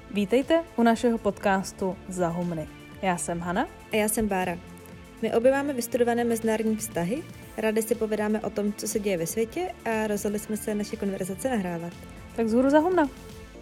Vítejte u našeho podcastu Za humny. Já jsem Hana. A já jsem Bára. My obě máme vystudované mezinárodní vztahy, rádi si povídáme o tom, co se děje ve světě a rozhodli jsme se naše konverzace nahrávat. Tak vzhůru za humna.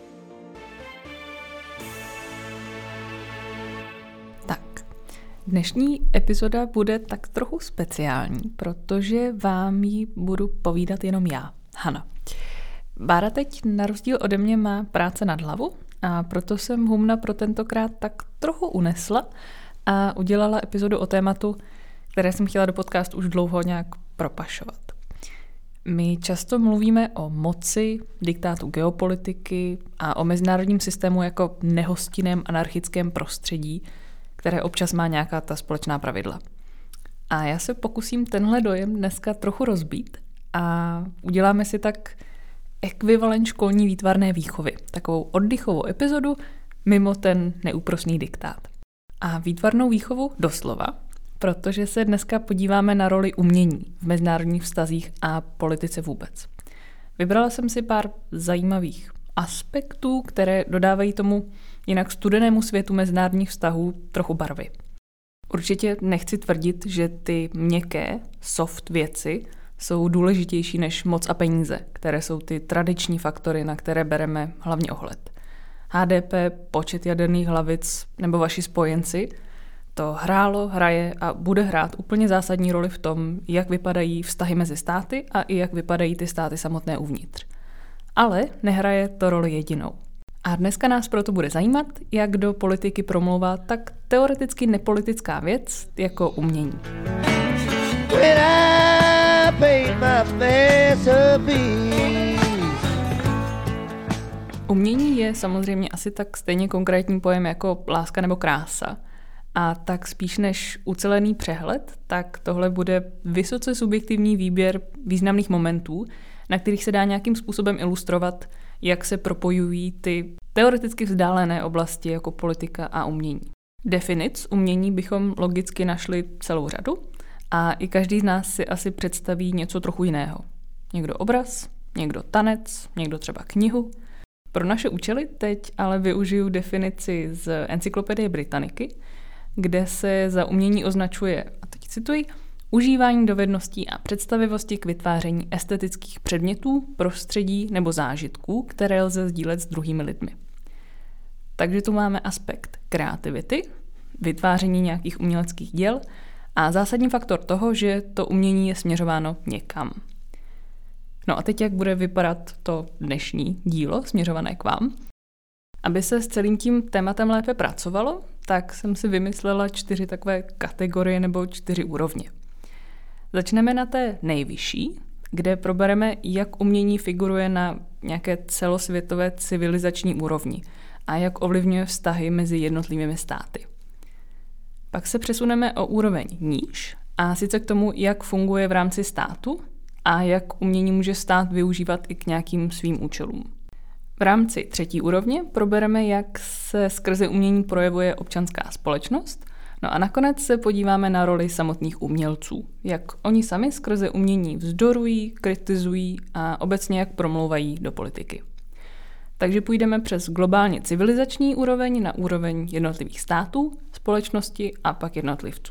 Tak, dnešní epizoda bude tak trochu speciální, protože vám ji budu povídat jenom já, Hana. Bára teď na rozdíl ode mě má práce nad hlavu a proto jsem humna pro tentokrát tak trochu unesla a udělala epizodu o tématu, které jsem chtěla do podcastu už dlouho nějak propašovat. My často mluvíme o moci, diktátu geopolitiky a o mezinárodním systému jako nehostinném anarchickém prostředí, které občas má nějaká ta společná pravidla. A já se pokusím tenhle dojem dneska trochu rozbít a uděláme si tak ekvivalent školní výtvarné výchovy, takovou oddychovou epizodu mimo ten neúprosný diktát. A výtvarnou výchovu doslova, protože se dneska podíváme na roli umění v mezinárodních vztazích a politice vůbec. Vybrala jsem si pár zajímavých aspektů, které dodávají tomu jinak studenému světu mezinárodních vztahů trochu barvy. Určitě nechci tvrdit, že ty měkké, soft věci jsou důležitější než moc a peníze, které jsou ty tradiční faktory, na které bereme hlavně ohled. HDP, počet jaderných hlavic nebo vaši spojenci, to hrálo, hraje a bude hrát úplně zásadní roli v tom, jak vypadají vztahy mezi státy a i jak vypadají ty státy samotné uvnitř. Ale nehraje to roli jedinou. A dneska nás proto bude zajímat, jak do politiky promlouvá tak teoreticky nepolitická věc jako umění. Umění je samozřejmě asi tak stejně konkrétní pojem jako láska nebo krása. A tak spíš než ucelený přehled, tak tohle bude vysoce subjektivní výběr významných momentů, na kterých se dá nějakým způsobem ilustrovat, jak se propojují ty teoreticky vzdálené oblasti jako politika a umění. Definic umění bychom logicky našli celou řadu a i každý z nás si asi představí něco trochu jiného. Někdo obraz, někdo tanec, někdo třeba knihu. Pro naše účely teď ale využiju definici z Encyklopedie Britanniky, kde se za umění označuje, a teď cituji, užívání dovedností a představivosti k vytváření estetických předmětů, prostředí nebo zážitků, které lze sdílet s druhými lidmi. Takže tu máme aspekt kreativity, vytváření nějakých uměleckých děl a zásadní faktor toho, že to umění je směřováno někam. No a teď jak bude vypadat to dnešní dílo směřované k vám? Aby se s celým tím tématem lépe pracovalo, tak jsem si vymyslela 4 takové kategorie nebo 4 úrovně. Začneme na té nejvyšší, kde probereme, jak umění figuruje na nějaké celosvětové civilizační úrovni a jak ovlivňuje vztahy mezi jednotlivými státy. Pak se přesuneme o úroveň níž, a sice k tomu, jak funguje v rámci státu a jak umění může stát využívat i k nějakým svým účelům. V rámci 3. úrovně probereme, jak se skrze umění projevuje občanská společnost, no a nakonec se podíváme na roli samotných umělců, jak oni sami skrze umění vzdorují, kritizují a obecně jak promlouvají do politiky. Takže půjdeme přes globálně civilizační úroveň na úroveň jednotlivých států, společnosti a pak jednotlivců.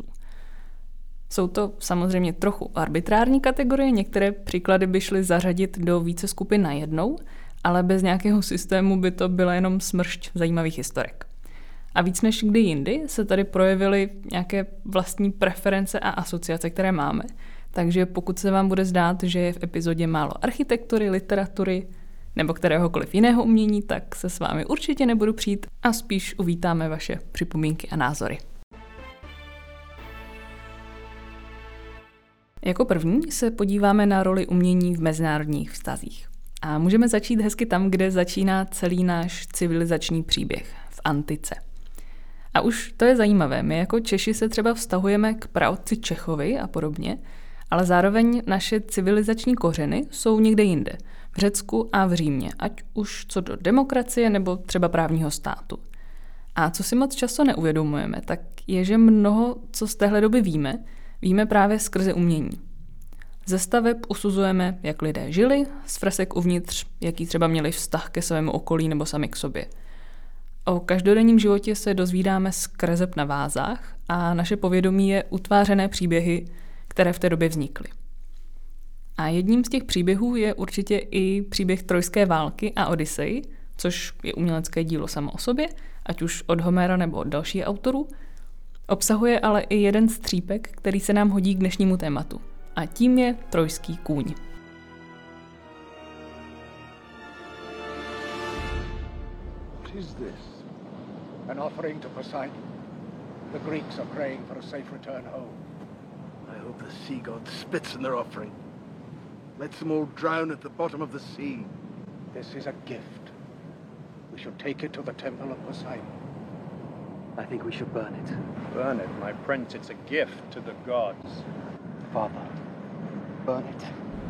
Jsou to samozřejmě trochu arbitrární kategorie, některé příklady by šly zařadit do více skupin najednou, ale bez nějakého systému by to byla jenom smršť zajímavých historek. A víc než kdy jindy se tady projevily nějaké vlastní preference a asociace, které máme. Takže pokud se vám bude zdát, že je v epizodě málo architektury, literatury nebo kteréhokoliv jiného umění, tak se s vámi určitě nebudu přijít a spíš uvítáme vaše připomínky a názory. Jako první se podíváme na roli umění v mezinárodních vztazích. A můžeme začít hezky tam, kde začíná celý náš civilizační příběh, v antice. A už to je zajímavé, my jako Češi se třeba vztahujeme k praotci Čechovi a podobně, ale zároveň naše civilizační kořeny jsou někde jinde, v Řecku a v Římě, ať už co do demokracie nebo třeba právního státu. A co si moc často neuvědomujeme, tak je, že mnoho, co z téhle doby víme právě skrze umění. Ze staveb usuzujeme, jak lidé žili, z fresek uvnitř, jaký třeba měli vztah ke svému okolí nebo sami k sobě. O každodenním životě se dozvídáme z kreseb na vázách a naše povědomí je utvářené příběhy, které v té době vznikly. A jedním z těch příběhů je určitě i příběh Trojské války a Odyssey, což je umělecké dílo samo o sobě, ať už od Homera nebo od dalších autorů. Obsahuje ale i jeden střípek, který se nám hodí k dnešnímu tématu. A tím je trojský kůň. What is this? An offering to Poseidon. The Greeks are praying for a safe return home. I hope the sea god spits in their offering. Lets them all drown at the bottom of the sea. This is a gift. We should take it to the temple of Poseidon. I think we should burn it. Burn it, my prince. It's a gift to the gods. Father, burn it.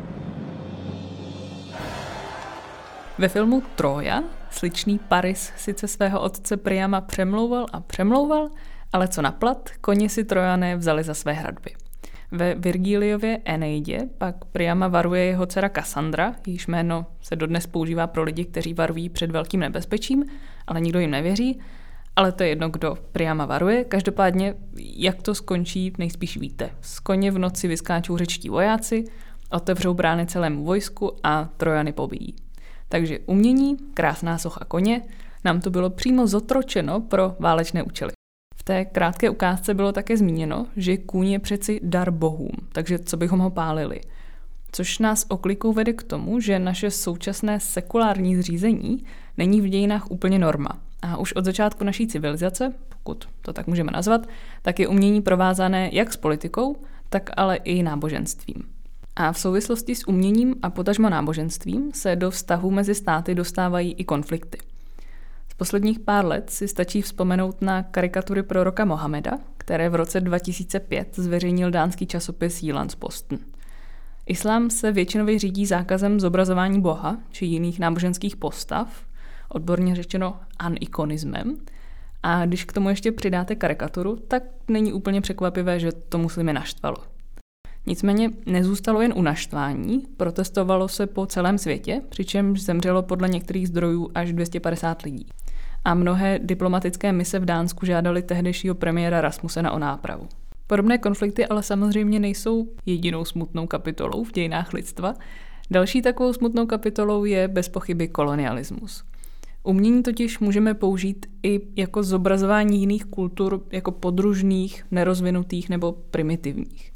Ve filmu Troja sličný Paris sice svého otce Priama přemlouval, ale co naplat, koně si Trojané vzali za své hradby. Ve Virgiliově Eneidě pak Priama varuje jeho dcera Kassandra, jejíž jméno se dodnes používá pro lidi, kteří varují před velkým nebezpečím, ale nikdo jim nevěří. Ale to je jedno, kdo Priama varuje. Každopádně, jak to skončí, nejspíš víte. Z koně v noci vyskáčou řečtí vojáci, otevřou brány celému vojsku a Trojany pobijí. Takže umění, krásná socha koně, nám to bylo přímo zotročeno pro válečné účely. V té krátké ukázce bylo také zmíněno, že kůň je přeci dar bohům, takže co bychom ho pálili. Což nás oklikou vede k tomu, že naše současné sekulární zřízení není v dějinách úplně norma. A už od začátku naší civilizace, pokud to tak můžeme nazvat, tak je umění provázané jak s politikou, tak ale i náboženstvím. A v souvislosti s uměním a potažmo náboženstvím se do vztahu mezi státy dostávají i konflikty. Z posledních pár let si stačí vzpomenout na karikatury proroka Mohameda, které v roce 2005 zveřejnil dánský časopis Jyllands-Posten. Islám se většinově řídí zákazem zobrazování Boha či jiných náboženských postav, odborně řečeno anikonismem, a když k tomu ještě přidáte karikaturu, tak není úplně překvapivé, že to muslimy naštvalo. Nicméně nezůstalo jen u naštvání, protestovalo se po celém světě, přičemž zemřelo podle některých zdrojů až 250 lidí. A mnohé diplomatické mise v Dánsku žádali tehdejšího premiéra Rasmussena o nápravu. Podobné konflikty ale samozřejmě nejsou jedinou smutnou kapitolou v dějinách lidstva. Další takovou smutnou kapitolou je bez pochyby kolonialismus. Umění totiž můžeme použít i jako zobrazování jiných kultur jako podružných, nerozvinutých nebo primitivních.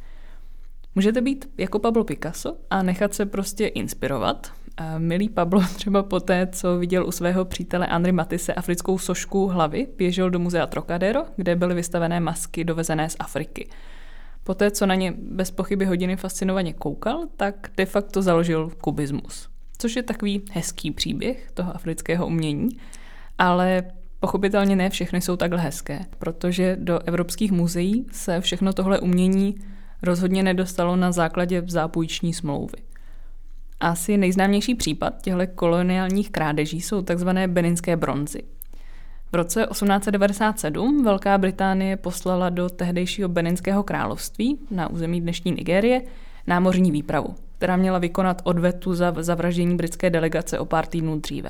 Můžete být jako Pablo Picasso a nechat se prostě inspirovat. Milý Pablo třeba poté, co viděl u svého přítele Henri Matisse africkou sošku hlavy, běžel do muzea Trocadero, kde byly vystavené masky dovezené z Afriky. Poté, co na ně bez pochyby hodiny fascinovaně koukal, tak de facto založil kubismus. Což je takový hezký příběh toho afrického umění, ale pochopitelně ne všechny jsou takhle hezké, protože do evropských muzeí se všechno tohle umění rozhodně nedostalo na základě zápůjční smlouvy. Asi nejznámější případ těchto koloniálních krádeží jsou tzv. Beninské bronzy. V roce 1897 Velká Británie poslala do tehdejšího Beninského království na území dnešní Nigérie námořní výpravu, která měla vykonat odvetu za zavraždění britské delegace o pár týdnů dříve.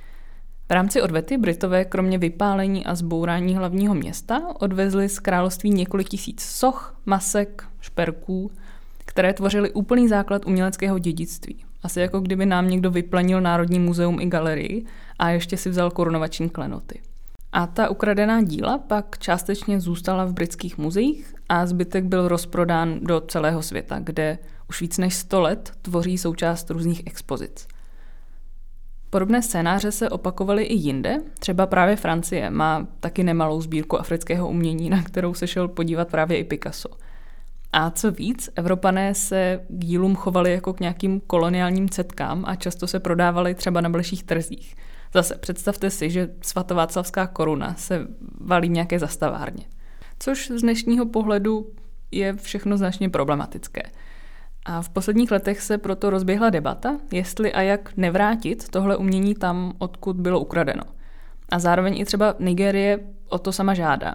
V rámci odvety Britové kromě vypálení a zbourání hlavního města odvezli z království několik tisíc soch, masek, šperků, které tvořily úplný základ uměleckého dědictví. Asi jako kdyby nám někdo vyplenil Národní muzeum i galerii a ještě si vzal korunovační klenoty. A ta ukradená díla pak částečně zůstala v britských muzeích a zbytek byl rozprodán do celého světa, kde už víc než 100 let tvoří součást různých expozic. Podobné scénáře se opakovaly i jinde, třeba právě Francie má taky nemalou sbírku afrického umění, na kterou se šel podívat právě i Picasso. A co víc, Evropané se k dílům chovali jako k nějakým koloniálním cetkám a často se prodávali třeba na bleších trzích. Zase představte si, že svatováclavská koruna se valí v nějaké zastavárně. Což z dnešního pohledu je všechno značně problematické. A v posledních letech se proto rozběhla debata, jestli a jak nevrátit tohle umění tam, odkud bylo ukradeno. A zároveň i třeba Nigérie o to sama žádá.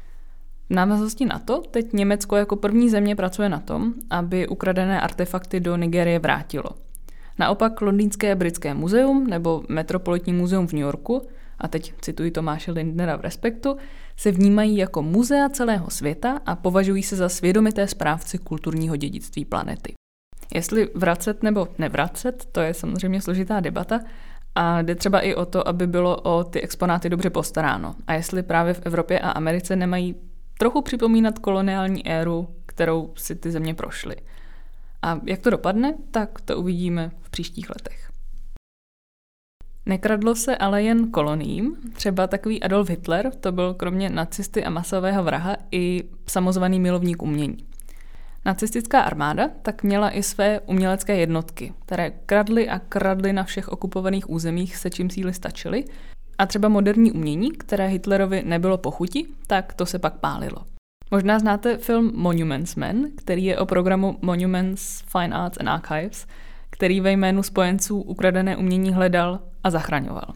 V návaznosti na to teď Německo jako první země pracuje na tom, aby ukradené artefakty do Nigérie vrátilo. Naopak Londýnské britské muzeum nebo Metropolitní muzeum v New Yorku a teď cituji Tomáše Lindnera v Respektu, se vnímají jako muzea celého světa a považují se za svědomité správci kulturního dědictví planety. Jestli vracet nebo nevracet, to je samozřejmě složitá debata a jde třeba i o to, aby bylo o ty exponáty dobře postaráno. A jestli právě v Evropě a Americe nemají trochu připomínat koloniální éru, kterou si ty země prošly. A jak to dopadne, tak to uvidíme v příštích letech. Nekradlo se ale jen koloniím, třeba takový Adolf Hitler, to byl kromě nacisty a masového vraha i samozvaný milovník umění. Nacistická armáda tak měla i své umělecké jednotky, které kradly na všech okupovaných územích, se čím síly stačily, a třeba moderní umění, které Hitlerovi nebylo po chuti, tak to se pak pálilo. Možná znáte film Monuments Men, který je o programu Monuments, Fine Arts and Archives, který ve jménu spojenců ukradené umění hledal a zachraňoval.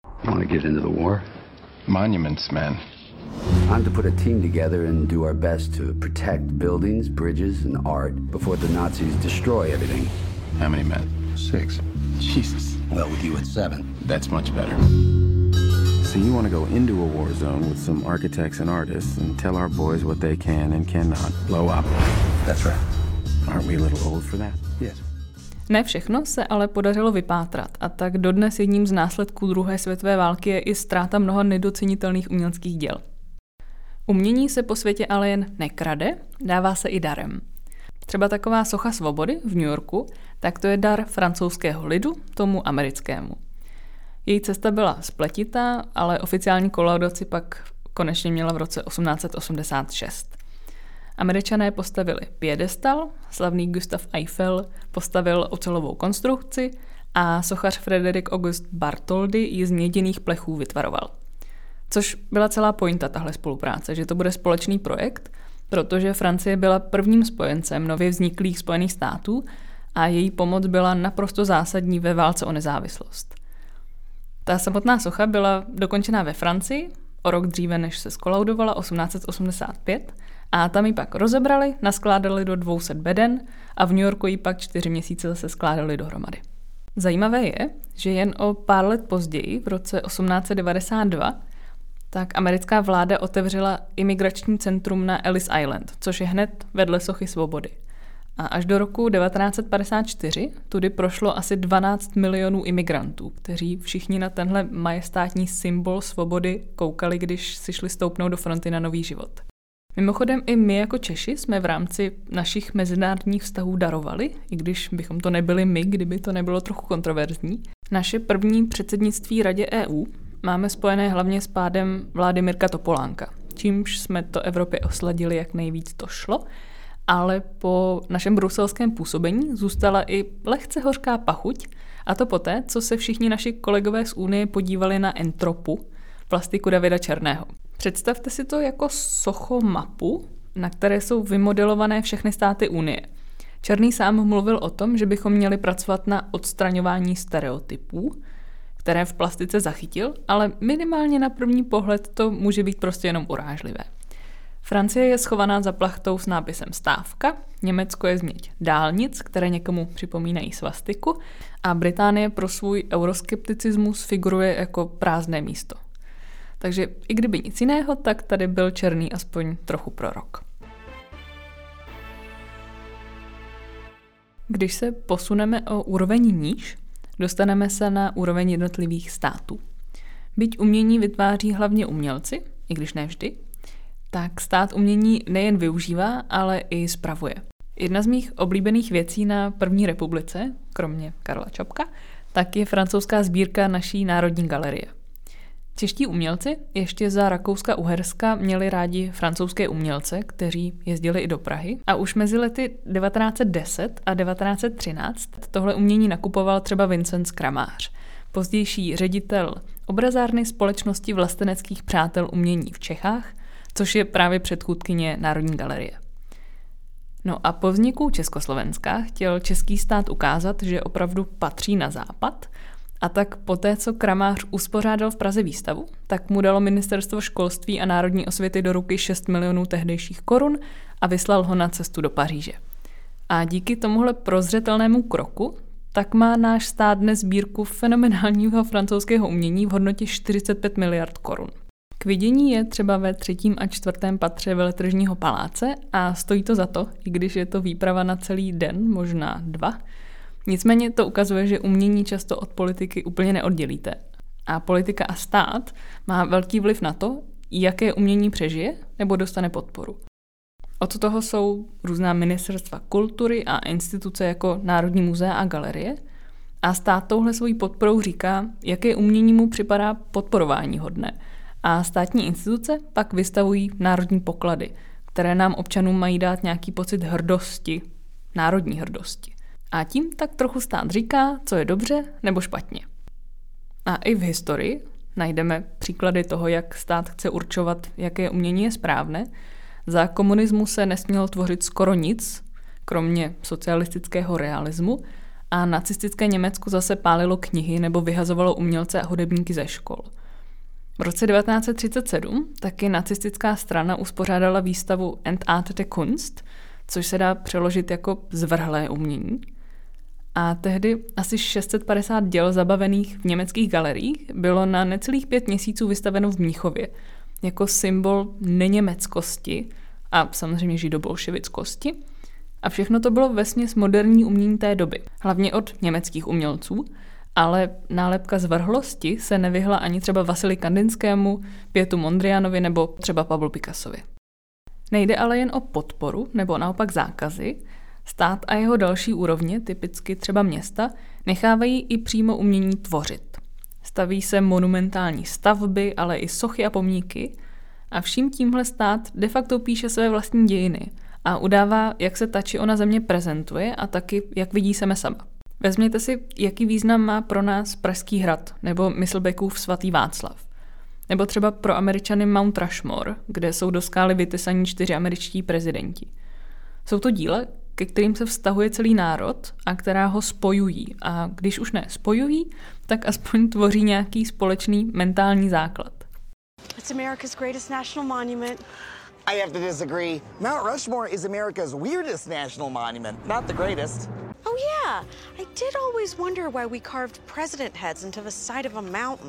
Monuments Men. I'm to put a team together and do our best to protect buildings, bridges, and art before the Nazis destroy everything. How many men? 6. Jesus. Well, with you at 7. That's much better. So you want to go into a war zone with some architects and artists and tell our boys what they can and cannot blow up. That's right. Aren't we a little old for that? Yes. Ne všechno se ale podařilo vypátrat a tak dodnes jedním z následků druhé světové války je i ztráta mnoha nedocenitelných uměleckých děl. Umění se po světě ale jen nekrade, dává se i darem. Třeba taková socha svobody v New Yorku, tak to je dar francouzského lidu tomu americkému. Její cesta byla spletitá, ale oficiální kolaudaci pak konečně měla v roce 1886. Američané postavili piedestal, slavný Gustav Eiffel postavil ocelovou konstrukci a sochař Frédéric Auguste Bartholdy ji z měděných plechů vytvaroval. Což byla celá pointa tahle spolupráce, že to bude společný projekt, protože Francie byla prvním spojencem nově vzniklých Spojených států a její pomoc byla naprosto zásadní ve válce o nezávislost. Ta samotná socha byla dokončená ve Francii o rok dříve, než se skolaudovala 1885 a tam ji pak rozebrali, naskládali do 200 beden a v New Yorku ji pak 4 měsíce zase skládali dohromady. Zajímavé je, že jen o pár let později, v roce 1892, tak americká vláda otevřela imigrační centrum na Ellis Island, což je hned vedle sochy svobody. A až do roku 1954 tudy prošlo asi 12 milionů imigrantů, kteří všichni na tenhle majestátní symbol svobody koukali, když si šli stoupnout do fronty na nový život. Mimochodem i my jako Češi jsme v rámci našich mezinárodních vztahů darovali, i když bychom to nebyli my, kdyby to nebylo trochu kontroverzní. Naše první předsednictví Radě EU máme spojené hlavně s pádem vlády Mirka Topolánka, čímž jsme to Evropě osladili, jak nejvíc to šlo, ale po našem bruselském působení zůstala i lehce hořká pachuť, a to poté, co se všichni naši kolegové z Unie podívali na entropu, plastiku Davida Černého. Představte si to jako sochomapu, na které jsou vymodelované všechny státy Unie. Černý sám mluvil o tom, že bychom měli pracovat na odstraňování stereotypů, které v plastice zachytil, ale minimálně na první pohled to může být prostě jenom urážlivé. Francie je schovaná za plachtou s nápisem stávka, Německo je změť dálnic, které někomu připomínají svastiku, a Británie pro svůj euroskepticismus figuruje jako prázdné místo. Takže i kdyby nic jiného, tak tady byl Černý aspoň trochu prorok. Když se posuneme o úroveň níž, dostaneme se na úroveň jednotlivých států. Byť umění vytváří hlavně umělci, i když ne vždy, tak stát umění nejen využívá, ale i spravuje. Jedna z mých oblíbených věcí na první republice, kromě Karla Čapka, tak je francouzská sbírka naší Národní galerie. Čeští umělci ještě za Rakouska-Uherska měli rádi francouzské umělce, kteří jezdili i do Prahy, a už mezi lety 1910 a 1913 tohle umění nakupoval třeba Vincent Kramář, pozdější ředitel obrazárny Společnosti vlasteneckých přátel umění v Čechách, což je právě předchůdkyně Národní galerie. No a po vzniku Československa chtěl český stát ukázat, že opravdu patří na západ, a tak poté, co Kramář uspořádal v Praze výstavu, tak mu dalo Ministerstvo školství a národní osvěty do ruky 6 milionů tehdejších korun a vyslal ho na cestu do Paříže. A díky tomuhle prozřetelnému kroku tak má náš stát dnes sbírku fenomenálního francouzského umění v hodnotě 45 miliard korun. K vidění je třeba ve 3. a 4. patře Veletržního paláce a stojí to za to, i když je to výprava na celý den, možná 2. Nicméně to ukazuje, že umění často od politiky úplně neoddělíte. A politika a stát má velký vliv na to, jaké umění přežije nebo dostane podporu. Od toho jsou různá ministerstva kultury a instituce jako Národní muzea a galerie a stát touhle svojí podporou říká, jaké umění mu připadá podporování hodné. A státní instituce pak vystavují národní poklady, které nám občanům mají dát nějaký pocit hrdosti, národní hrdosti. A tím tak trochu stát říká, co je dobře nebo špatně. A i v historii najdeme příklady toho, jak stát chce určovat, jaké umění je správné. Za komunismu se nesmělo tvořit skoro nic, kromě socialistického realismu, a nacistické Německo zase pálilo knihy nebo vyhazovalo umělce a hudebníky ze škol. V roce 1937 taky nacistická strana uspořádala výstavu Entartete Kunst, což se dá přeložit jako zvrhlé umění. A tehdy asi 650 děl zabavených v německých galeriích bylo na necelých 5 měsíců vystaveno v Mnichově jako symbol neněmeckosti a samozřejmě židobolševickosti. A všechno to bylo vesměs moderní umění té doby, hlavně od německých umělců, ale nálepka zvrhlosti se nevyhla ani třeba Vasili Kandinskému, Pietu Mondrianovi nebo třeba Pablu Picassovi. Nejde ale jen o podporu nebo naopak zákazy. Stát a jeho další úrovně, typicky třeba města, nechávají i přímo umění tvořit. Staví se monumentální stavby, ale i sochy a pomníky a vším tímhle stát de facto píše své vlastní dějiny a udává, jak se ta či ona země prezentuje a taky, jak vidí sebe sama. Vezměte si, jaký význam má pro nás Pražský hrad nebo Myslbekův svatý Václav. Nebo třeba pro Američany Mount Rushmore, kde jsou do skály vytesaní 4 američtí prezidenti. Jsou to díla, ke kterým se vztahuje celý národ a která ho spojují. A když už ne spojují, tak aspoň tvoří nějaký společný mentální základ. It's America's greatest national monument. I have to disagree. Mount Rushmore is America's weirdest national monument, not the greatest. Oh yeah, I did always wonder why we carved president heads into the side of a mountain.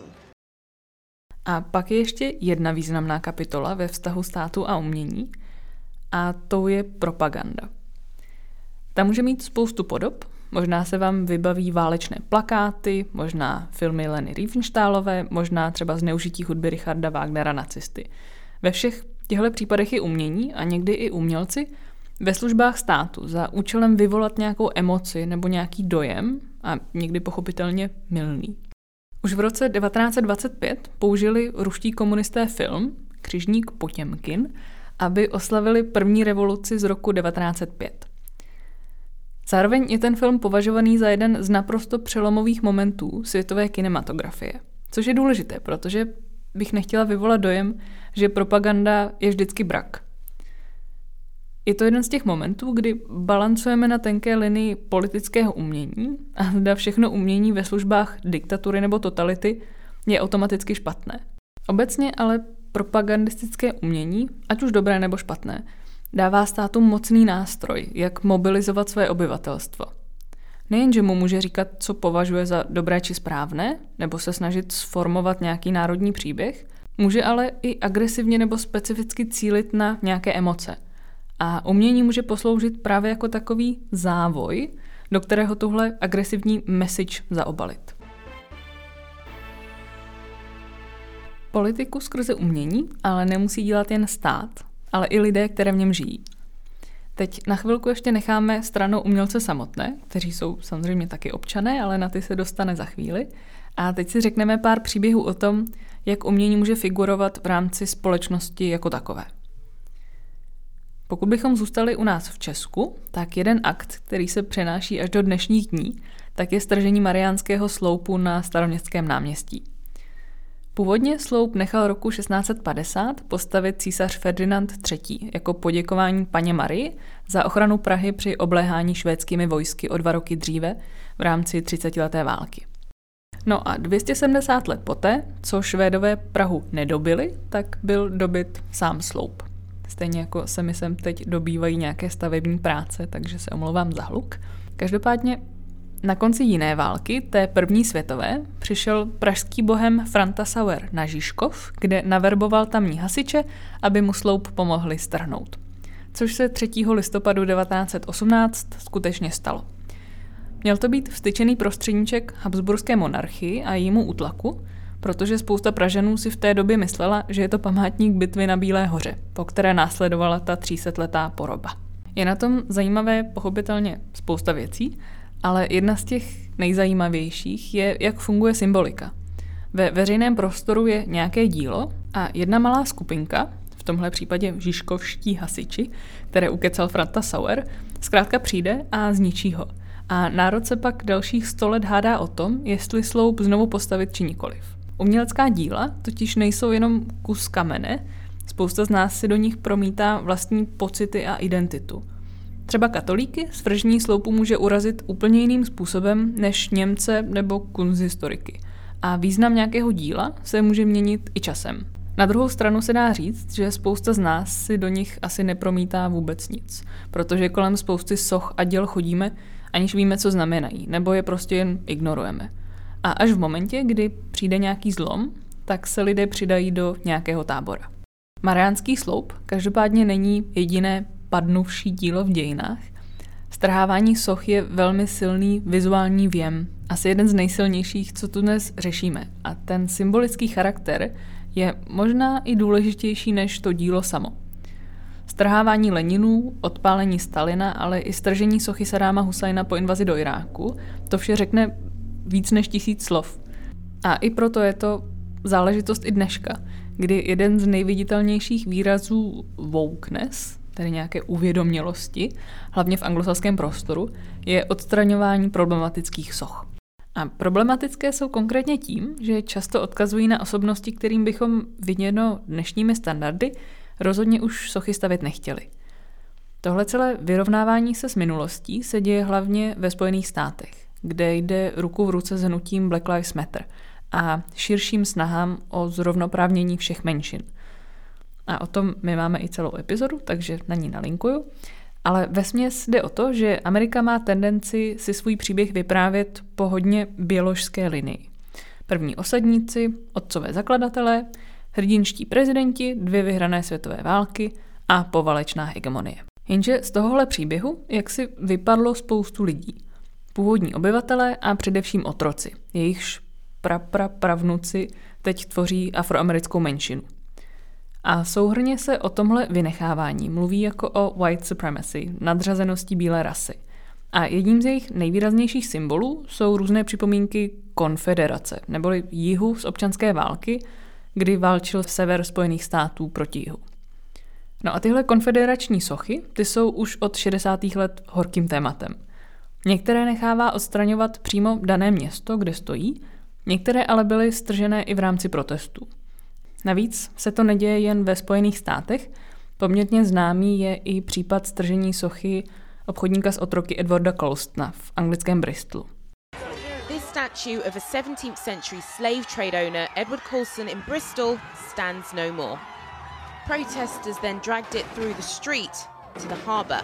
A pak je ještě jedna významná kapitola ve vztahu státu a umění, a to je propaganda. Ta může mít spoustu podob, možná se vám vybaví válečné plakáty, možná filmy Leny Riefenstahlové, možná třeba zneužití hudby Richarda Wagnera nacisty. Ve všech těchto případech je umění a někdy i umělci ve službách státu za účelem vyvolat nějakou emoci nebo nějaký dojem a někdy pochopitelně mylný. Už v roce 1925 použili ruští komunisté film Křižník Potěmkin, aby oslavili první revoluci z roku 1905. Zároveň je ten film považovaný za jeden z naprosto přelomových momentů světové kinematografie. Což je důležité, protože bych nechtěla vyvolat dojem, že propaganda je vždycky brak. Je to jeden z těch momentů, kdy balancujeme na tenké linii politického umění a zda všechno umění ve službách diktatury nebo totality je automaticky špatné. Obecně ale propagandistické umění, ať už dobré nebo špatné, dává státu mocný nástroj, jak mobilizovat své obyvatelstvo. Nejenže mu může říkat, co považuje za dobré či správné, nebo se snažit sformovat nějaký národní příběh, může ale i agresivně nebo specificky cílit na nějaké emoce. A umění může posloužit právě jako takový závoj, do kterého tuhle agresivní message zaobalit. Politiku skrze umění ale nemusí dělat jen stát, ale i lidé, které v něm žijí. Teď na chvilku ještě necháme stranou umělce samotné, kteří jsou samozřejmě taky občané, ale na ty se dostane za chvíli. A teď si řekneme pár příběhů o tom, jak umění může figurovat v rámci společnosti jako takové. Pokud bychom zůstali u nás v Česku, tak jeden akt, který se přenáší až do dnešních dní, tak je stržení Mariánského sloupu na Staroměstském náměstí. Původně sloup nechal roku 1650 postavit císař Ferdinand III. Jako poděkování paně Marii za ochranu Prahy při obléhání švédskými vojsky o 2 roky dříve v rámci 30leté války. No a 270 let poté, co Švédové Prahu nedobili, tak byl dobyt sám sloup. Stejně jako se mi sem teď dobývají nějaké stavební práce, takže se omlouvám za hluk. Každopádně Na konci jiné války, té první světové, přišel pražský bohem Franta Sauer na Žižkov, kde naverboval tamní hasiče, aby mu sloup pomohli strhnout. Což se 3. listopadu 1918 skutečně stalo. Měl to být vstyčený prostředníček habsburské monarchii a jejímu útlaku, protože spousta Pražanů si v té době myslela, že je to památník bitvy na Bílé hoře, po které následovala ta 300letá poroba. Je na tom zajímavé pochopitelně spousta věcí, ale jedna z těch nejzajímavějších je, jak funguje symbolika. Ve veřejném prostoru je nějaké dílo a jedna malá skupinka, v tomhle případě žižkovští hasiči, které ukecal Franta Sauer, zkrátka přijde a zničí ho. A národ se pak dalších 100 let hádá o tom, jestli sloup znovu postavit či nikoliv. Umělecká díla totiž nejsou jenom kus kamene, spousta z nás si do nich promítá vlastní pocity a identitu. Třeba katolíky svržení sloupu může urazit úplně jiným způsobem než Němce nebo kunsthistoriky. A význam nějakého díla se může měnit i časem. Na druhou stranu se dá říct, že spousta z nás si do nich asi nepromítá vůbec nic, protože kolem spousty soch a děl chodíme, aniž víme, co znamenají, nebo je prostě jen ignorujeme. A až v momentě, kdy přijde nějaký zlom, tak se lidé přidají do nějakého tábora. Mariánský sloup každopádně není jediné padnuvší dílo v dějinách. Strhávání soch je velmi silný vizuální vjem, asi jeden z nejsilnějších, co tu dnes řešíme. A ten symbolický charakter je možná i důležitější než to dílo samo. Strhávání Leninů, odpálení Stalina, ale i stržení sochy Saddáma Husajna po invazi do Iráku, to vše řekne víc než 1000 slov. A i proto je to záležitost i dneška, kdy jeden z nejviditelnějších výrazů wokeness, tedy nějaké uvědomělosti, hlavně v anglosaském prostoru, je odstraňování problematických soch. A problematické jsou konkrétně tím, že často odkazují na osobnosti, kterým bychom viděno dnešními standardy rozhodně už sochy stavět nechtěli. Tohle celé vyrovnávání se s minulostí se děje hlavně ve Spojených státech, kde jde ruku v ruce s hnutím Black Lives Matter a širším snahám o zrovnoprávnění všech menšin. A o tom my máme i celou epizodu, takže na ní nalinkuju. Ale vesměs jde o to, že Amerika má tendenci si svůj příběh vyprávět po hodně bioložské linii. První osadníci, otcové zakladatelé, hrdinští prezidenti, 2 vyhrané světové války a poválečná hegemonie. Jenže z tohohle příběhu jaksi vypadlo spoustu lidí. Původní obyvatelé a především otroci. Jejichž pravnuci teď tvoří afroamerickou menšinu. A souhrnně se o tomhle vynechávání mluví jako o white supremacy, nadřazenosti bílé rasy. A jedním z jejich nejvýraznějších symbolů jsou různé připomínky konfederace, neboli jihu z občanské války, kdy válčil sever Spojených států proti jihu. No a tyhle konfederační sochy, ty jsou už od 60. let horkým tématem. Některé nechává odstraňovat přímo dané město, kde stojí, některé ale byly stržené i v rámci protestů. Navíc se to neděje jen ve Spojených státech, poměrně známý je i případ stržení sochy obchodníka s otroky Edwarda Colstona v anglickém Bristolu. This statue of a 17th century slave trade owner Edward Colston in Bristol stands no more. Protesters then dragged it through the street to the harbour.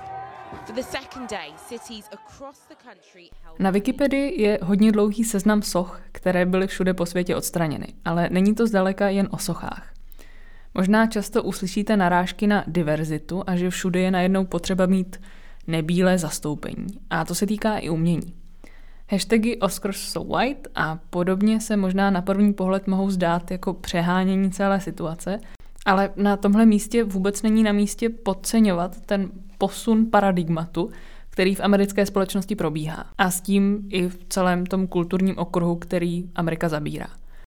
For the second day, cities across the country held... Na Wikipedii je hodně dlouhý seznam soch, které byly všude po světě odstraněny, ale není to zdaleka jen o sochách. Možná často uslyšíte narážky na diverzitu a že všude je najednou potřeba mít nebílé zastoupení. A to se týká i umění. Hashtagy Oscars so white a podobně se možná na první pohled mohou zdát jako přehánění celé situace, ale na tomhle místě vůbec není na místě podceňovat ten posun paradigmatu, který v americké společnosti probíhá. A s tím i v celém tom kulturním okruhu, který Amerika zabírá.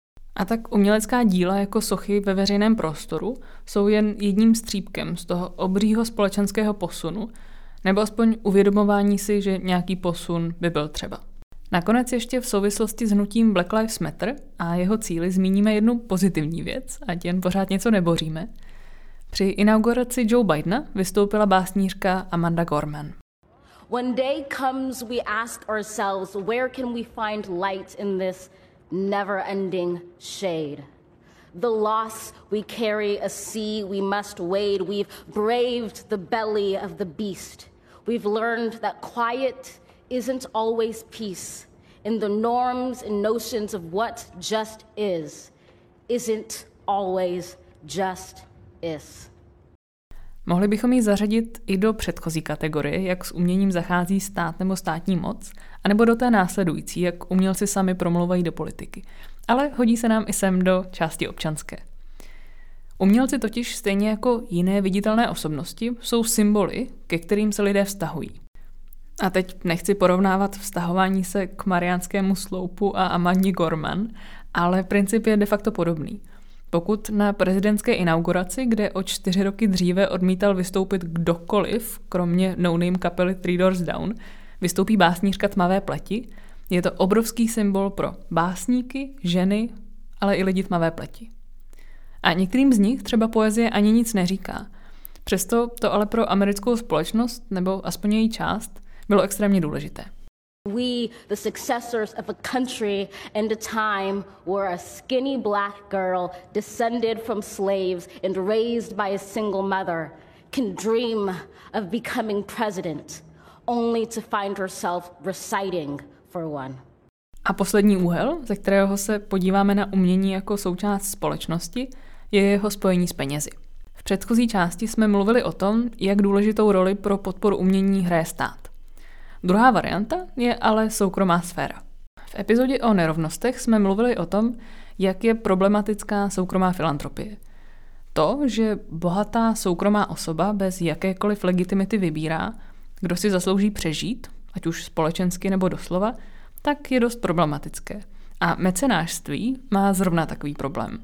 A tak umělecká díla jako sochy ve veřejném prostoru jsou jen jedním střípkem z toho obřího společenského posunu, nebo aspoň uvědomování si, že nějaký posun by byl třeba. Nakonec ještě v souvislosti s hnutím Black Lives Matter a jeho cíli zmíníme jednu pozitivní věc, ať jen pořád něco neboříme. Při inauguraci Joe Bidena vystoupila básnířka Amanda Gorman. One day comes we ask ourselves, where can we find light in this never-ending shade? The loss we carry, a sea we must wade. We've braved the belly of the beast. We've learned that quiet isn't always peace, in the norms and notions of what just is, isn't always just is. Mohli bychom ji zařadit i do předchozí kategorie, jak s uměním zachází stát nebo státní moc, anebo do té následující, jak umělci sami promlouvají do politiky. Ale hodí se nám i sem do části občanské. Umělci totiž stejně jako jiné viditelné osobnosti jsou symboly, ke kterým se lidé vztahují. A teď nechci porovnávat vztahování se k Mariánskému sloupu a Amandě Gorman, ale princip je de facto podobný. Pokud na prezidentské inauguraci, kde o 4 roky dříve odmítal vystoupit kdokoliv, kromě no-name kapely Three Doors Down, vystoupí básnířka tmavé pleti, je to obrovský symbol pro básníky, ženy, ale i lidi tmavé pleti. A některým z nich třeba poezie ani nic neříká. Přesto to ale pro americkou společnost, nebo aspoň její část, bylo extrémně důležité. We, the successors of a country and a time where a skinny black girl descended from slaves and raised by a single mother can dream of becoming president, only to find herself reciting for one. A poslední úhel, ze kterého se podíváme na umění jako součást společnosti, je jeho spojení s penězi. V předchozí části jsme mluvili o tom, jak důležitou roli pro podporu umění hraje stát. Druhá varianta je ale soukromá sféra. V epizodě o nerovnostech jsme mluvili o tom, jak je problematická soukromá filantropie. To, že bohatá soukromá osoba bez jakékoliv legitimity vybírá, kdo si zaslouží přežít, ať už společensky nebo doslova, tak je dost problematické. A mecenášství má zrovna takový problém.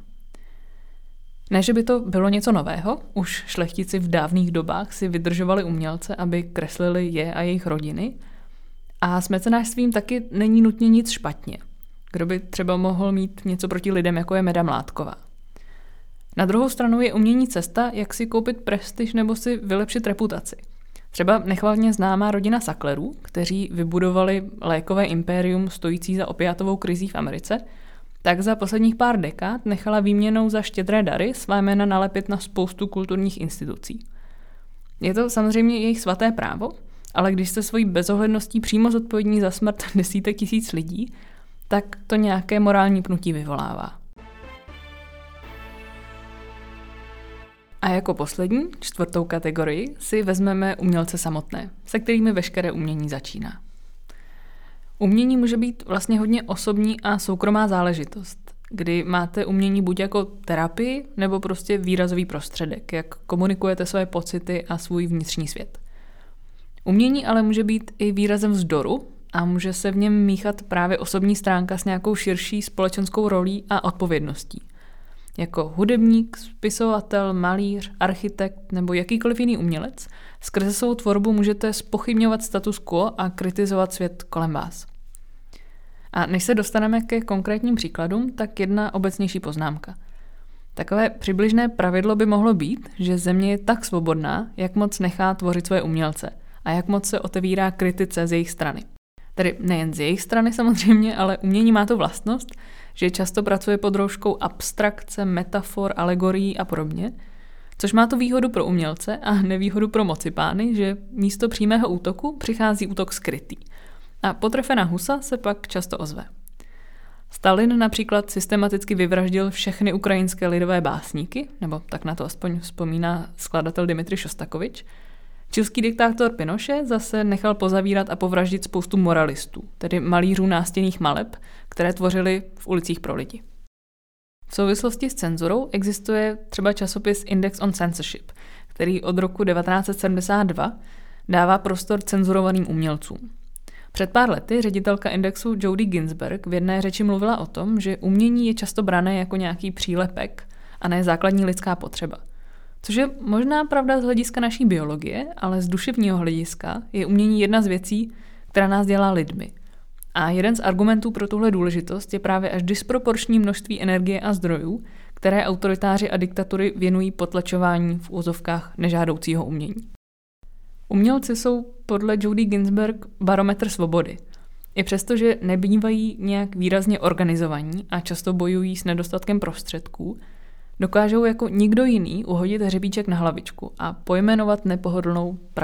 Ne, že by to bylo něco nového, už šlechtici v dávných dobách si vydržovali umělce, aby kreslili je a jejich rodiny. A s mecenášstvím taky není nutně nic špatně. Kdo by třeba mohl mít něco proti lidem, jako je Meda Mládková. Na druhou stranu je umění cesta, jak si koupit prestiž nebo si vylepšit reputaci. Třeba nechvalně známá rodina Sacklerů, kteří vybudovali lékové impérium stojící za opiátovou krizí v Americe, tak za posledních pár dekád nechala výměnou za štědré dary svá jména nalepit na spoustu kulturních institucí. Je to samozřejmě jejich svaté právo, ale když jste svojí bezohledností přímo zodpovědní za smrt desítek tisíc lidí, tak to nějaké morální pnutí vyvolává. A jako poslední, 4. kategorii, si vezmeme umělce samotné, se kterými veškeré umění začíná. Umění může být vlastně hodně osobní a soukromá záležitost, kdy máte umění buď jako terapii, nebo prostě výrazový prostředek, jak komunikujete své pocity a svůj vnitřní svět. Umění ale může být i výrazem vzdoru a může se v něm míchat právě osobní stránka s nějakou širší společenskou rolí a odpovědností. Jako hudebník, spisovatel, malíř, architekt nebo jakýkoliv jiný umělec, skrze svou tvorbu můžete zpochybňovat status quo a kritizovat svět kolem vás. A než se dostaneme ke konkrétním příkladům, tak jedna obecnější poznámka. Takové přibližné pravidlo by mohlo být, že země je tak svobodná, jak moc nechá tvořit své umělce a jak moc se otevírá kritice z jejich strany. Tedy nejen z jejich strany samozřejmě, ale umění má tu vlastnost, že často pracuje pod rouškou abstrakce, metafor, alegorií a podobně, což má tu výhodu pro umělce a nevýhodu pro mocipány, že místo přímého útoku přichází útok skrytý. A potrefená husa se pak často ozve. Stalin například systematicky vyvraždil všechny ukrajinské lidové básníky, nebo tak na to aspoň vzpomíná skladatel Dmitrij Šostakovič. Čilský diktátor Pinochet zase nechal pozavírat a povraždit spoustu moralistů, tedy malířů nástěnných maleb, které tvořili v ulicích pro lidi. V souvislosti s cenzurou existuje třeba časopis Index on Censorship, který od roku 1972 dává prostor cenzurovaným umělcům. Před pár lety ředitelka Indexu Jodie Ginsberg v jedné řeči mluvila o tom, že umění je často brané jako nějaký přílepek a ne základní lidská potřeba. Což je možná pravda z hlediska naší biologie, ale z duševního hlediska je umění jedna z věcí, která nás dělá lidmi. A jeden z argumentů pro tuhle důležitost je právě až disproporční množství energie a zdrojů, které autoritáři a diktatury věnují potlačování v úzovkách nežádoucího umění. Umělci jsou podle Jodie Ginsberg barometr svobody. I přesto, že nebývají nějak výrazně organizovaní a často bojují s nedostatkem prostředků, dokážou jako nikdo jiný uhodit hřebíček na hlavičku a pojmenovat nepohodlnou pravdu.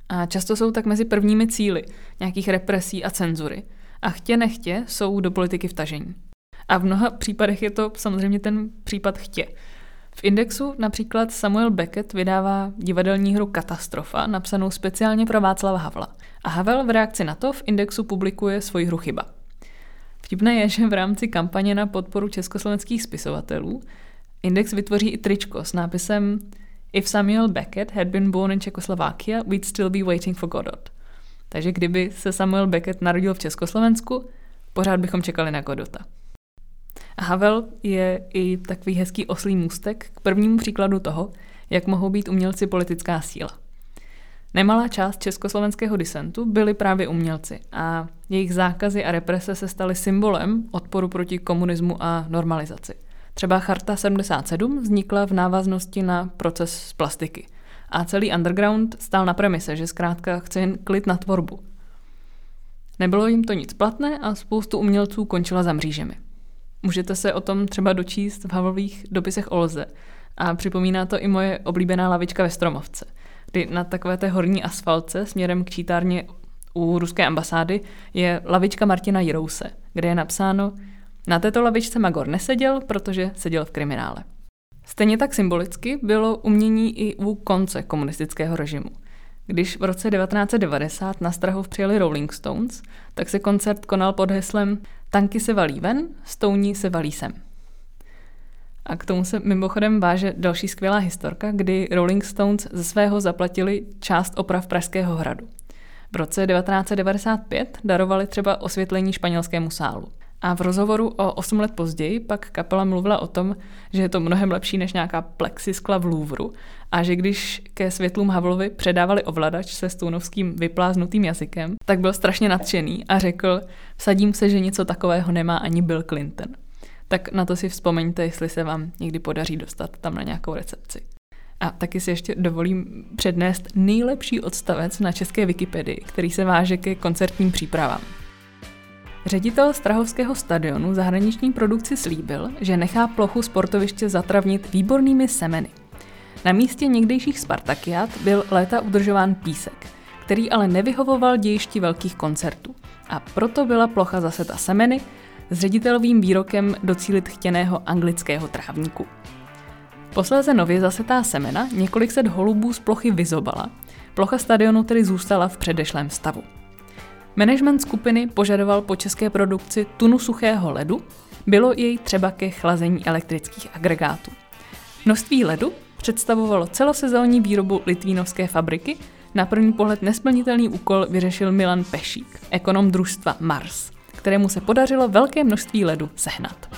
A často jsou tak mezi prvními cíli nějakých represí a cenzury. A chtě nechtě jsou do politiky vtažení. A v mnoha případech je to samozřejmě ten případ chtě. V Indexu například Samuel Beckett vydává divadelní hru Katastrofa, napsanou speciálně pro Václava Havla. A Havel v reakci na to v Indexu publikuje svoji hru Chyba. Vtipné je, že v rámci kampaně na podporu československých spisovatelů Index vytvoří i tričko s nápisem If Samuel Beckett had been born in Czechoslovakia, we'd still be waiting for Godot. Takže kdyby se Samuel Beckett narodil v Československu, pořád bychom čekali na Godota. A Havel je i takový hezký oslý můstek k prvnímu příkladu toho, jak mohou být umělci politická síla. Nemalá část československého disentu byli právě umělci a jejich zákazy a represe se staly symbolem odporu proti komunismu a normalizaci. Třeba Charta 77 vznikla v návaznosti na proces z plastiky a celý underground stál na premise, že zkrátka chce jen klid na tvorbu. Nebylo jim to nic platné a spoustu umělců končila za mřížemi. Můžete se o tom třeba dočíst v Havlových dopisech o lze a připomíná to i moje oblíbená lavička ve Stromovce, kdy na takové té horní asfaltce směrem k čítárně u ruské ambasády je lavička Martina Jirouse, kde je napsáno: na této lavičce Magor neseděl, protože seděl v kriminále. Stejně tak symbolicky bylo umění i u konce komunistického režimu. Když v roce 1990 na Strahov přijeli Rolling Stones, tak se koncert konal pod heslem Tanky se valí ven, stouní se valí sem. A k tomu se mimochodem váže další skvělá historka, kdy Rolling Stones ze svého zaplatili část oprav Pražského hradu. V roce 1995 darovali třeba osvětlení španělskému sálu. A v rozhovoru o 8 let později pak kapela mluvila o tom, že je to mnohem lepší než nějaká plexiskla v Louvru a že když ke světlům Havlovi předávali ovladač se stounovským vypláznutým jazykem, tak byl strašně nadšený a řekl: vsadím se, že něco takového nemá ani Bill Clinton. Tak na to si vzpomeňte, jestli se vám někdy podaří dostat tam na nějakou recepci. A taky si ještě dovolím přednést nejlepší odstavec na české Wikipedii, který se váže ke koncertním přípravám. Ředitel Strahovského stadionu zahraniční produkci slíbil, že nechá plochu sportoviště zatravnit výbornými semeny. Na místě někdejších Spartakiát byl léta udržován písek, který ale nevyhovoval dějišti velkých koncertů. A proto byla plocha zaseta semeny s ředitelovým výrokem docílit chtěného anglického trávníku. Posléze nově zasetá semena několik set holubů z plochy vyzobala, plocha stadionu tedy zůstala v předešlém stavu. Management skupiny požadoval po české produkci tunu suchého ledu, bylo jej třeba ke chlazení elektrických agregátů. Množství ledu představovalo celosezónní výrobu litvínovské fabriky, na první pohled nesplnitelný úkol vyřešil Milan Pešík, ekonom družstva Mars, kterému se podařilo velké množství ledu sehnat.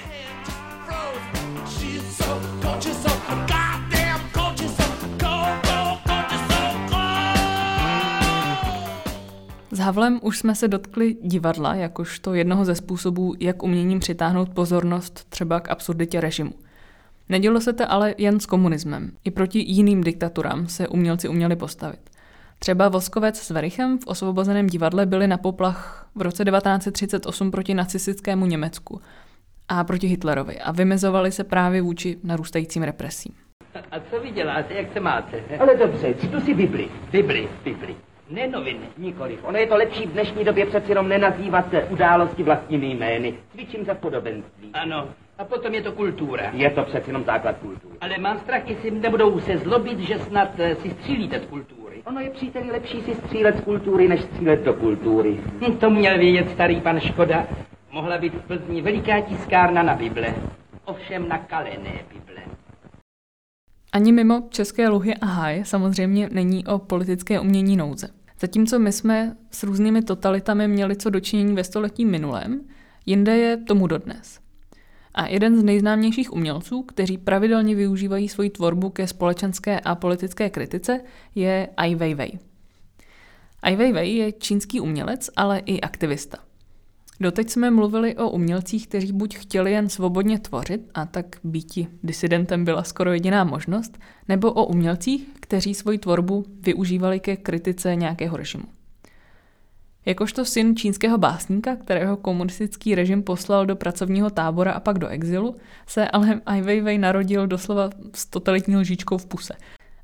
S Havlem už jsme se dotkli divadla jakožto jednoho ze způsobů, jak uměním přitáhnout pozornost třeba k absurditě režimu. Nedělo se to ale jen s komunismem. I proti jiným diktaturám se umělci uměli postavit. Třeba Voskovec s Werichem v Osvobozeném divadle byli na poplach v roce 1938 proti nacistickému Německu a proti Hitlerovi a vymezovali se právě vůči narůstajícím represím. A co vy děláte, jak se máte? Ale dobře, čtu si Bibli. Ne noviny, nikoliv. Ono je to lepší v dnešní době přeci jenom nenazývat události vlastními jmény. Cvičím za podobenství. Ano. A potom je to kultura. Je to přeci jenom základ kultury. Ale mám strach, jestli nebudou se zlobit, že snad si střílíte z kultury. Ono je, příteli, lepší si střílet z kultury, než střílet do kultury. To měl vědět starý pan Škoda. Mohla být v Plzni veliká tiskárna na Bible. Ovšem na kalené Bible. Ani mimo České luhy a háje samozřejmě není o politické umění nouze. Zatímco my jsme s různými totalitami měli co dočinění ve století minulém, jinde je tomu dodnes. A jeden z nejznámějších umělců, kteří pravidelně využívají svoji tvorbu ke společenské a politické kritice, je Ai Weiwei. Ai Weiwei je čínský umělec, ale i aktivista. Doteď jsme mluvili o umělcích, kteří buď chtěli jen svobodně tvořit, a tak býti disidentem byla skoro jediná možnost, nebo o umělcích, kteří svoji tvorbu využívali ke kritice nějakého režimu. Jakožto syn čínského básníka, kterého komunistický režim poslal do pracovního tábora a pak do exilu, se ale Ai Weiwei narodil doslova s totalitní lžičkou v puse.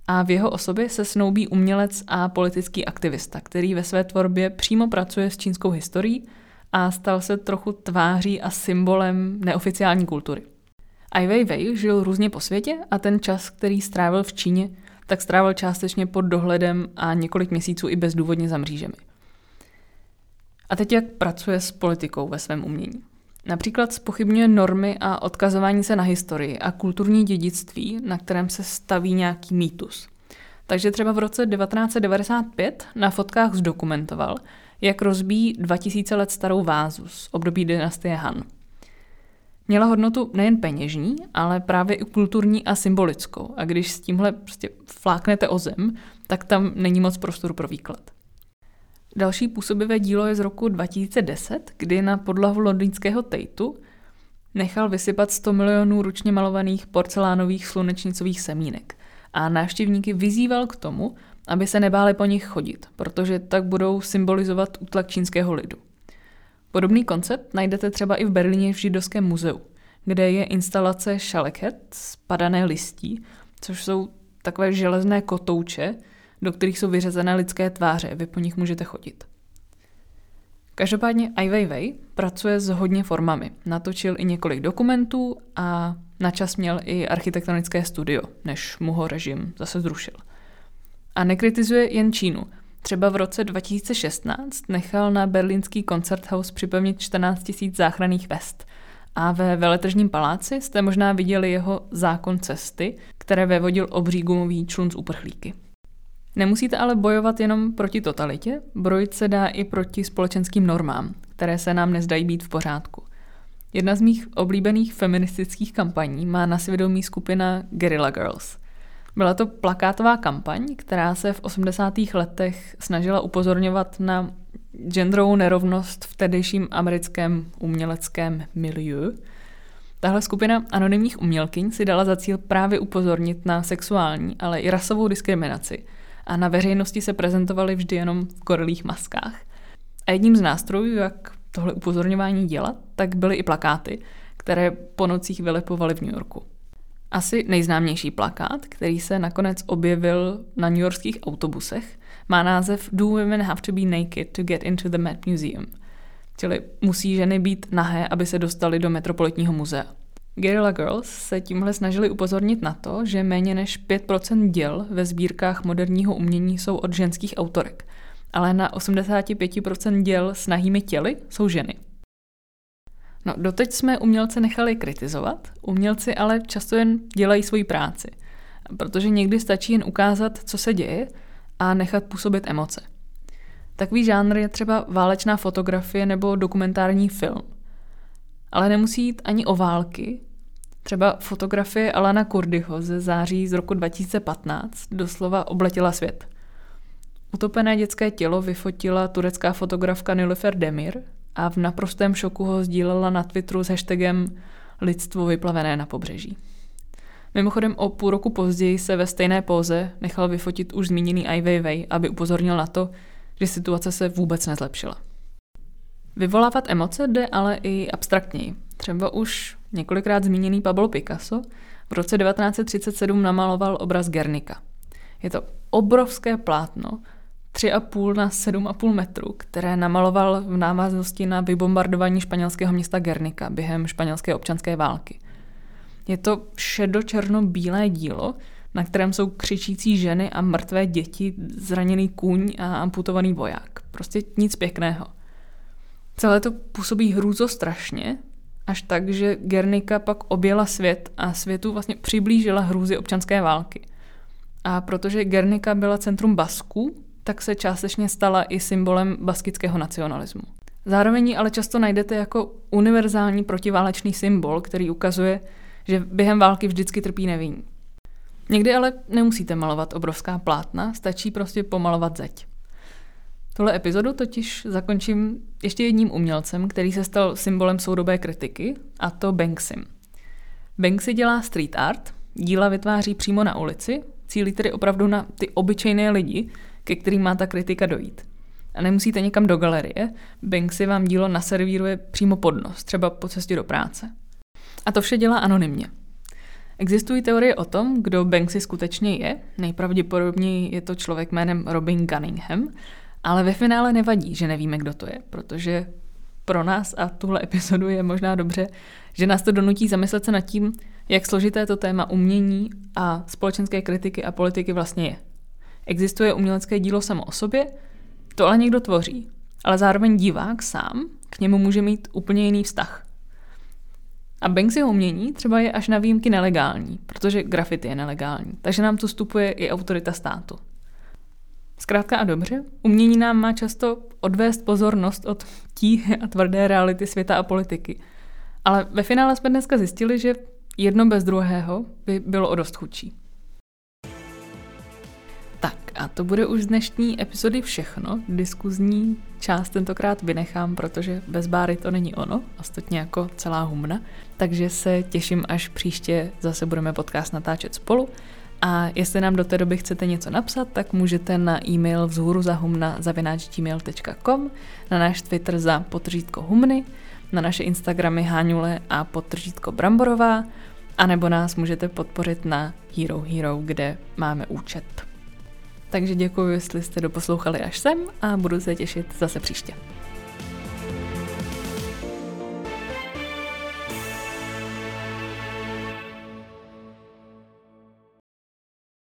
A v jeho osobě se snoubí umělec a politický aktivista, který ve své tvorbě přímo pracuje s čínskou historií a stal se trochu tváří a symbolem neoficiální kultury. Ai Weiwei žil různě po světě a ten čas, který strávil v Číně, tak strávil částečně pod dohledem a několik měsíců i bezdůvodně za mřížemi. A teď jak pracuje s politikou ve svém umění? Například zpochybňuje normy a odkazování se na historii a kulturní dědictví, na kterém se staví nějaký mýtus. Takže třeba v roce 1995 na fotkách zdokumentoval, jak rozbíjí 2000 let starou vázu z období dynastie Han. Měla hodnotu nejen peněžní, ale právě i kulturní a symbolickou. A když s tímhle prostě fláknete o zem, tak tam není moc prostoru pro výklad. Další působivé dílo je z roku 2010, kdy na podlahu londýnského Tateu nechal vysypat 100 milionů ručně malovaných porcelánových slunečnicových semínek a návštěvníky vyzýval k tomu, aby se nebáli po nich chodit, protože tak budou symbolizovat útlak čínského lidu. Podobný koncept najdete třeba i v Berlíně v Židovském muzeu, kde je instalace šaleket z padané listí, což jsou takové železné kotouče, do kterých jsou vyřezané lidské tváře, vy po nich můžete chodit. Každopádně Ai Weiwei pracuje s hodně formami. Natočil i několik dokumentů a načas měl i architektonické studio, než mu ho režim zase zrušil. A nekritizuje jen Čínu. Třeba v roce 2016 nechal na berlínský Konzerthaus připevnit 14 000 záchranných vest. A ve Veletržním paláci jste možná viděli jeho Zákon cesty, které vyvodil obří gumový člun z uprchlíky. Nemusíte ale bojovat jenom proti totalitě, brojit se dá i proti společenským normám, které se nám nezdají být v pořádku. Jedna z mých oblíbených feministických kampaní má na svědomí skupina Guerrilla Girls. Byla to plakátová kampaň, která se v 80. letech snažila upozorňovat na genderovou nerovnost v tehdejším americkém uměleckém milieu. Tahle skupina anonymních umělkyň si dala za cíl právě upozornit na sexuální, ale i rasovou diskriminaci a na veřejnosti se prezentovaly vždy jenom v gorilích maskách. A jedním z nástrojů, jak tohle upozorňování dělat, tak byly i plakáty, které po nocích vylepovaly v New Yorku. Asi nejznámější plakát, který se nakonec objevil na newyorských autobusech, má název Do women have to be naked to get into the Met Museum? Čili musí ženy být nahé, aby se dostaly do Metropolitního muzea. Guerrilla Girls se tímhle snažili upozornit na to, že méně než 5% děl ve sbírkách moderního umění jsou od ženských autorek, ale na 85% děl s nahými těly jsou ženy. No, doteď jsme umělce nechali kritizovat, umělci ale často jen dělají svoji práci, protože někdy stačí jen ukázat, co se děje a nechat působit emoce. Takový žánr je třeba válečná fotografie nebo dokumentární film. Ale nemusí jít ani o války. Třeba fotografie Alana Kurdiho ze září z roku 2015 doslova obletěla svět. Utopené dětské tělo vyfotila turecká fotografka Nilüfer Demir a v naprostém šoku ho sdílela na Twitteru s hashtagem lidstvo vyplavené na pobřeží. Mimochodem o půl roku později se ve stejné póze nechal vyfotit už zmíněný Ai Weiwei, aby upozornil na to, že situace se vůbec nezlepšila. Vyvolávat emoce jde ale i abstraktněji. Třeba už několikrát zmíněný Pablo Picasso v roce 1937 namaloval obraz Guernica. Je to obrovské plátno, 3,5 na 7,5 metru, které namaloval v návaznosti na vybombardování španělského města Guernica během španělské občanské války. Je to šedo-černo-bílé dílo, na kterém jsou křičící ženy a mrtvé děti, zraněný kůň a amputovaný voják. Prostě nic pěkného. Celé to působí hrůzostrašně, až tak, že Guernica pak objela svět a světu vlastně přiblížila hrůzy občanské války. A protože Guernica byla centrum Basků, tak se částečně stala i symbolem baskického nacionalismu. Zároveň ji ale často najdete jako univerzální protiválečný symbol, který ukazuje, že během války vždycky trpí nevinní. Někdy ale nemusíte malovat obrovská plátna, stačí prostě pomalovat zeď. Tuhle epizodu totiž zakončím ještě jedním umělcem, který se stal symbolem soudobé kritiky, a to Banksym. Banksy dělá street art, díla vytváří přímo na ulici, cílí tedy opravdu na ty obyčejné lidi, ke kterým má ta kritika dojít. A nemusíte někam do galerie, Banksy vám dílo naservíruje přímo pod nos, třeba po cestě do práce. A to vše dělá anonymně. Existují teorie o tom, kdo Banksy skutečně je. Nejpravděpodobněji je to člověk jménem Robin Cunningham, ale ve finále nevadí, že nevíme, kdo to je, protože pro nás a tuhle epizodu je možná dobře, že nás to donutí zamyslet se nad tím, jak složité to téma umění a společenské kritiky a politiky vlastně je. Existuje umělecké dílo samo o sobě, to ale někdo tvoří, ale zároveň divák sám k němu může mít úplně jiný vztah. A Banksyho umění třeba je až na výjimky nelegální, protože graffiti je nelegální, takže nám tu vstupuje i autorita státu. Zkrátka a dobře, umění nám má často odvést pozornost od tíhy a tvrdé reality světa a politiky. Ale ve finále jsme dneska zjistili, že jedno bez druhého by bylo o dost chudší. Tak a to bude už z dnešní epizody všechno. Diskuzní část tentokrát vynechám, protože bez Báry to není ono, ostatně jako celá Humna. Takže se těším, až příště zase budeme podcast natáčet spolu. A jestli nám do té doby chcete něco napsat, tak můžete na e-mail vzhůruzahumna@gmail.com, na náš Twitter za _humny, na naše Instagramy Háňule a _Bramborová, anebo nás můžete podpořit na Hero, kde máme účet. Takže děkuji, jestli jste doposlouchali až sem a budu se těšit zase příště.